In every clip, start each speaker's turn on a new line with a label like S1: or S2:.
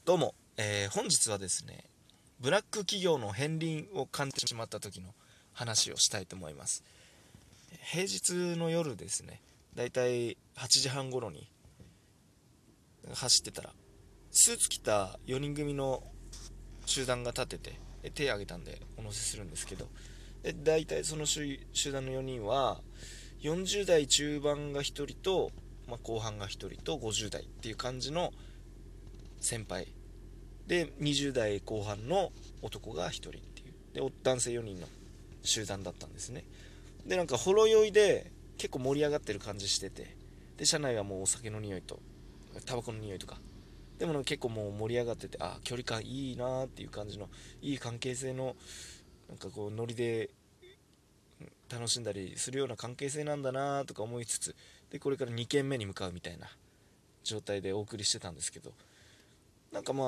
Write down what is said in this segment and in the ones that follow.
S1: どうも、本日はですね、ブラック企業の片鱗を感じてしまった時の話をしたいと思います。平日の夜ですね、だいたい8時半頃に走ってたら、スーツ着た4人組の集団が立ってて、手を挙げたんでお乗せするんですけど、だいたいその集団の4人は40代中盤が1人と、後半が1人と50代っていう感じの先輩で、20代後半の男が1人っていうで、男性4人の集団だったんですね。で、なんかほろ酔いで結構盛り上がってる感じしてて、で車内はもうお酒の匂いとタバコの匂いとか、でも結構もう盛り上がってて、距離感いいなーっていう感じのいい関係性の、なんかこうノリで楽しんだりするような関係性なんだなとか思いつつ、でこれから2軒目に向かうみたいな状態でお送りしてたんですけど、なんか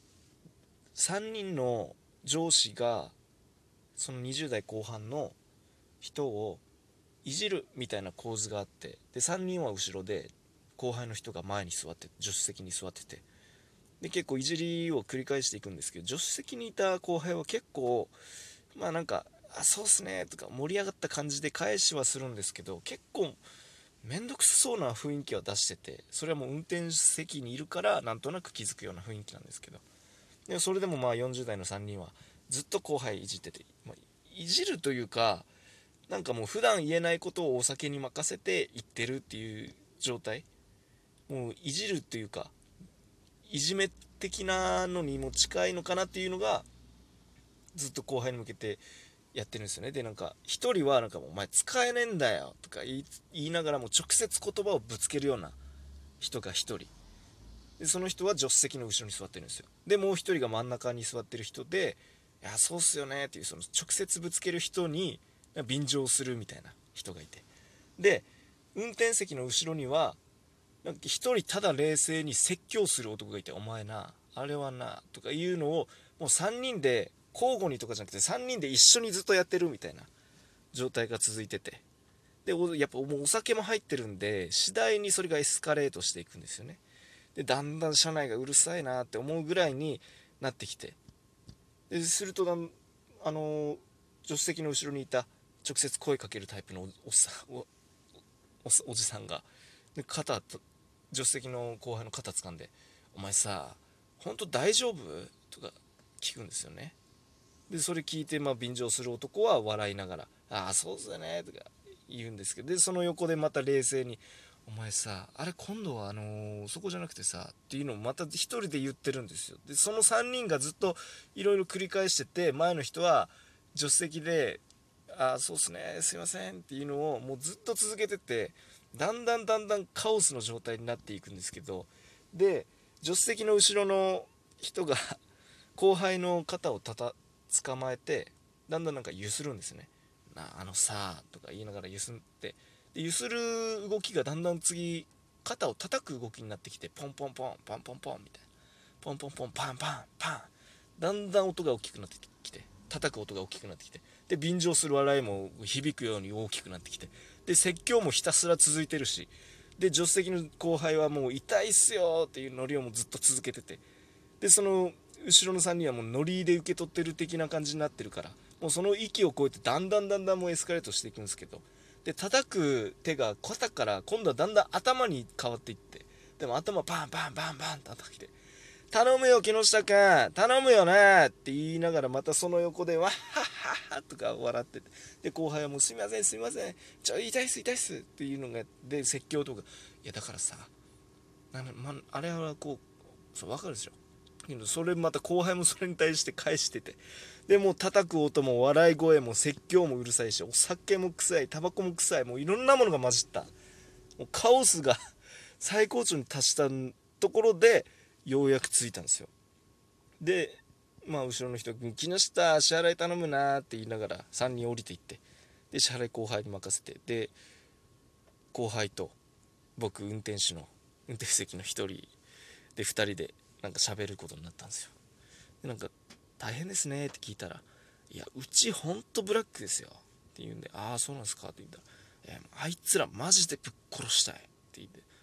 S1: 3人の上司がその20代後半の人をいじるみたいな構図があって、で3人は後ろで後輩の人が前に座って、助手席に座ってて、で結構いじりを繰り返していくんですけど、助手席にいた後輩は結構なんかそうっすねとか盛り上がった感じで返しはするんですけど、結構めんどくさそうな雰囲気は出してて、それはもう運転席にいるからなんとなく気づくような雰囲気なんですけど、でそれでも40代の3人はずっと後輩いじってて、いじるというか、なんかもう普段言えないことをお酒に任せて言ってるっていう状態、もういじるというかいじめ的なのにも近いのかなっていうのがずっと後輩に向けてやってるんですよね。でなんか一人はなんかもうお前使えねえんだよとか言いながらも直接言葉をぶつけるような人が一人で、その人は助手席の後ろに座ってるんですよ。でもう一人が真ん中に座ってる人で、いやそうっすよねっていう、その直接ぶつける人に便乗するみたいな人がいて、で運転席の後ろにはなんか一人ただ冷静に説教する男がいて、お前なあれはなとかいうのをもう3人で交互にとかじゃなくて3人で一緒にずっとやってるみたいな状態が続いてて、でやっぱもうお酒も入ってるんで次第にそれがエスカレートしていくんですよね。でだんだん車内がうるさいなって思うぐらいになってきて、ですると助手席の後ろにいた直接声かけるタイプのおじさんが、で助手席の後輩の肩掴んで、お前さ本当大丈夫とか聞くんですよね。でそれ聞いて便乗する男は笑いながら、ああそうっすよねとか言うんですけど、でその横でまた冷静に、お前さあれ今度はそこじゃなくてさっていうのをまた一人で言ってるんですよ。でその3人がずっといろいろ繰り返してて、前の人は助手席でそうっすねすいませんっていうのをもうずっと続けてて、だんだんカオスの状態になっていくんですけど、で助手席の後ろの人が後輩の肩を捕まえて、だんだんなんかゆするんですね。さあとか言いながらゆすって、でゆする動きがだんだん次肩を叩く動きになってきて、ポンポンポンポンポンポンみたいな、ポンポンポンパンパンパン、だんだん音が大きくなってきて、叩く音が大きくなってきて、で便乗する笑いも響くように大きくなってきて、で説教もひたすら続いてるし、で助手席の後輩はもう痛いっすよっていうノリをもうずっと続けてて、でその後ろの3人はもうノリで受け取ってる的な感じになってるから、もうその域を超えてだんだんもうエスカレートしていくんですけど、で叩く手が肩から今度はだんだん頭に変わっていって、でも頭バンバンバンバン叩いて、頼むよ木下君頼むよねって言いながら、またその横でわっはっはっとか笑ってて、で後輩はもうすいませんすいません痛いっす痛いっすっていうのがで説教とか、いやだからさあれはこうそう分かるでしょ。それまた後輩もそれに対して返してて、でもう叩く音も笑い声も説教もうるさいし、お酒も臭いタバコも臭い、もういろんなものが混じったもうカオスが最高潮に達したところでようやく着いたんですよ。で後ろの人「木下支払い頼むな」って言いながら3人降りていって、で支払い後輩に任せて、で後輩と僕運転席の1人で2人でなんか喋ることになったんですよ。でなんか大変ですねって聞いたら、いやうちほんとブラックですよって言うんで、ああそうなんですかって言ったら、あいつらマジでぶっ殺したいって言って、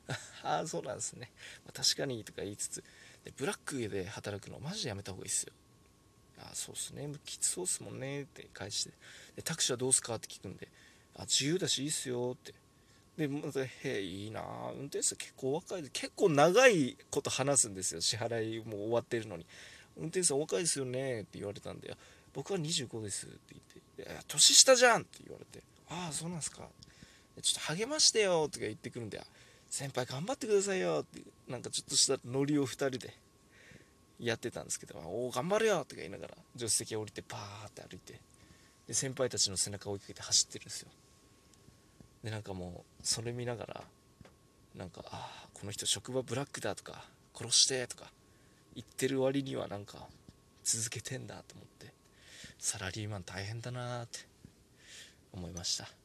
S1: ああそうなんですね、まあ、確かにとか言いつつ、でブラックで働くのマジでやめた方がいいっすよ。ああそうっすね、きつそうっすもんねって返して、でタクシーはどうすかって聞くんで、あ自由だしいいっすよって。でまた「へえいいなあ、運転手さん結構若いで、結構長いこと話すんですよ、支払いもう終わってるのに。運転手さんお若いですよねって言われたんで、僕は25ですって言って、年下じゃんって言われて、ああそうなんすか、ちょっと励ましてよとか言ってくるんで、先輩頑張ってくださいよってなんかちょっとしたノリを2人でやってたんですけど、おお頑張るよとか言いながら助手席降りてパーって歩いて、で先輩たちの背中を追いかけて走ってるんですよ。でなんかもうそれ見ながら、なんかああこの人職場ブラックだとか殺してとか言ってる割にはなんか続けてんだと思って、サラリーマン大変だなーって思いました。